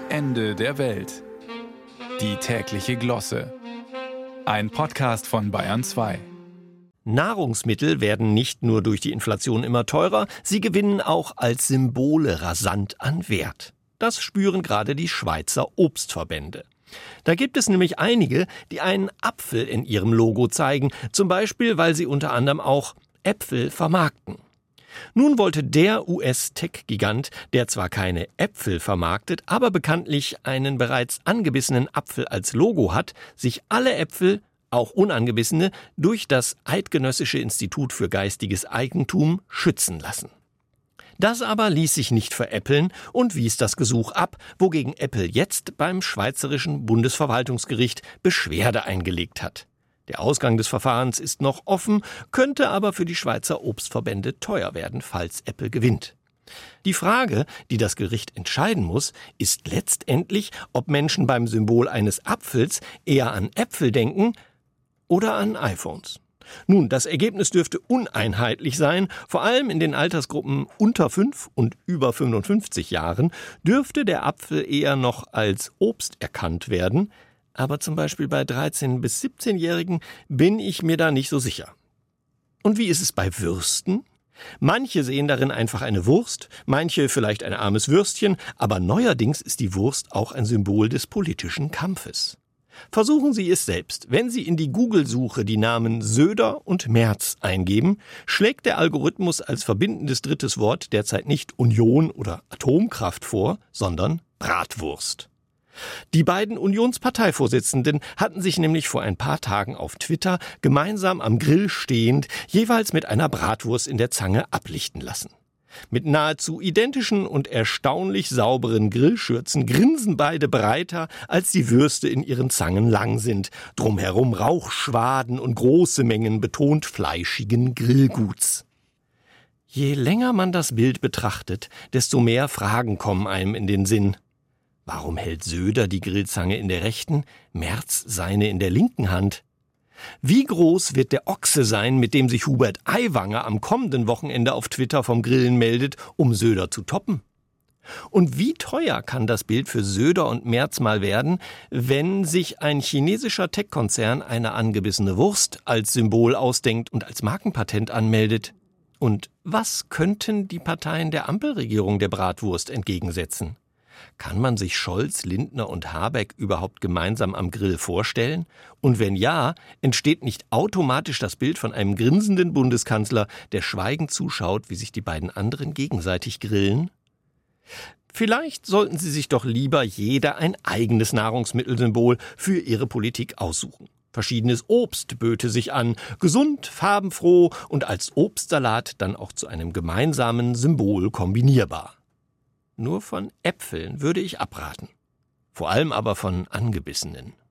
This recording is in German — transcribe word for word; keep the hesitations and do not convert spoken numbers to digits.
Ende der Welt. Die tägliche Glosse. Ein Podcast von Bayern zwei. Nahrungsmittel werden nicht nur durch die Inflation immer teurer, sie gewinnen auch als Symbole rasant an Wert. Das spüren gerade die Schweizer Obstverbände. Da gibt es nämlich einige, die einen Apfel in ihrem Logo zeigen, zum Beispiel, weil sie unter anderem auch Äpfel vermarkten. Nun wollte der U S-Tech-Gigant, der zwar keine Äpfel vermarktet, aber bekanntlich einen bereits angebissenen Apfel als Logo hat, sich alle Äpfel, auch unangebissene, durch das Eidgenössische Institut für geistiges Eigentum schützen lassen. Das aber ließ sich nicht veräppeln und wies das Gesuch ab, wogegen Apple jetzt beim Schweizerischen Bundesverwaltungsgericht Beschwerde eingelegt hat. Der Ausgang des Verfahrens ist noch offen, könnte aber für die Schweizer Obstverbände teuer werden, falls Apple gewinnt. Die Frage, die das Gericht entscheiden muss, ist letztendlich, ob Menschen beim Symbol eines Apfels eher an Äpfel denken oder an iPhones. Nun, das Ergebnis dürfte uneinheitlich sein. Vor allem in den Altersgruppen unter fünf und über fünfundfünfzig Jahren dürfte der Apfel eher noch als Obst erkannt werden. Aber zum Beispiel bei dreizehn- bis siebzehnjährigen bin ich mir da nicht so sicher. Und wie ist es bei Würsten? Manche sehen darin einfach eine Wurst, manche vielleicht ein armes Würstchen, aber neuerdings ist die Wurst auch ein Symbol des politischen Kampfes. Versuchen Sie es selbst. Wenn Sie in die Google-Suche die Namen Söder und Merz eingeben, schlägt der Algorithmus als verbindendes drittes Wort derzeit nicht Union oder Atomkraft vor, sondern Bratwurst. Die beiden Unionsparteivorsitzenden hatten sich nämlich vor ein paar Tagen auf Twitter gemeinsam am Grill stehend jeweils mit einer Bratwurst in der Zange ablichten lassen. Mit nahezu identischen und erstaunlich sauberen Grillschürzen grinsen beide breiter, als die Würste in ihren Zangen lang sind. Drumherum Rauchschwaden und große Mengen betont fleischigen Grillguts. Je länger man das Bild betrachtet, desto mehr Fragen kommen einem in den Sinn. Warum hält Söder die Grillzange in der rechten, Merz seine in der linken Hand? Wie groß wird der Ochse sein, mit dem sich Hubert Aiwanger am kommenden Wochenende auf Twitter vom Grillen meldet, um Söder zu toppen? Und wie teuer kann das Bild für Söder und Merz mal werden, wenn sich ein chinesischer Tech-Konzern eine angebissene Wurst als Symbol ausdenkt und als Markenpatent anmeldet? Und was könnten die Parteien der Ampelregierung der Bratwurst entgegensetzen? Kann man sich Scholz, Lindner und Habeck überhaupt gemeinsam am Grill vorstellen? Und wenn ja, entsteht nicht automatisch das Bild von einem grinsenden Bundeskanzler, der schweigend zuschaut, wie sich die beiden anderen gegenseitig grillen? Vielleicht sollten sie sich doch lieber jeder ein eigenes Nahrungsmittelsymbol für ihre Politik aussuchen. Verschiedenes Obst böte sich an, gesund, farbenfroh und als Obstsalat dann auch zu einem gemeinsamen Symbol kombinierbar. Nur von Äpfeln würde ich abraten. Vor allem aber von angebissenen.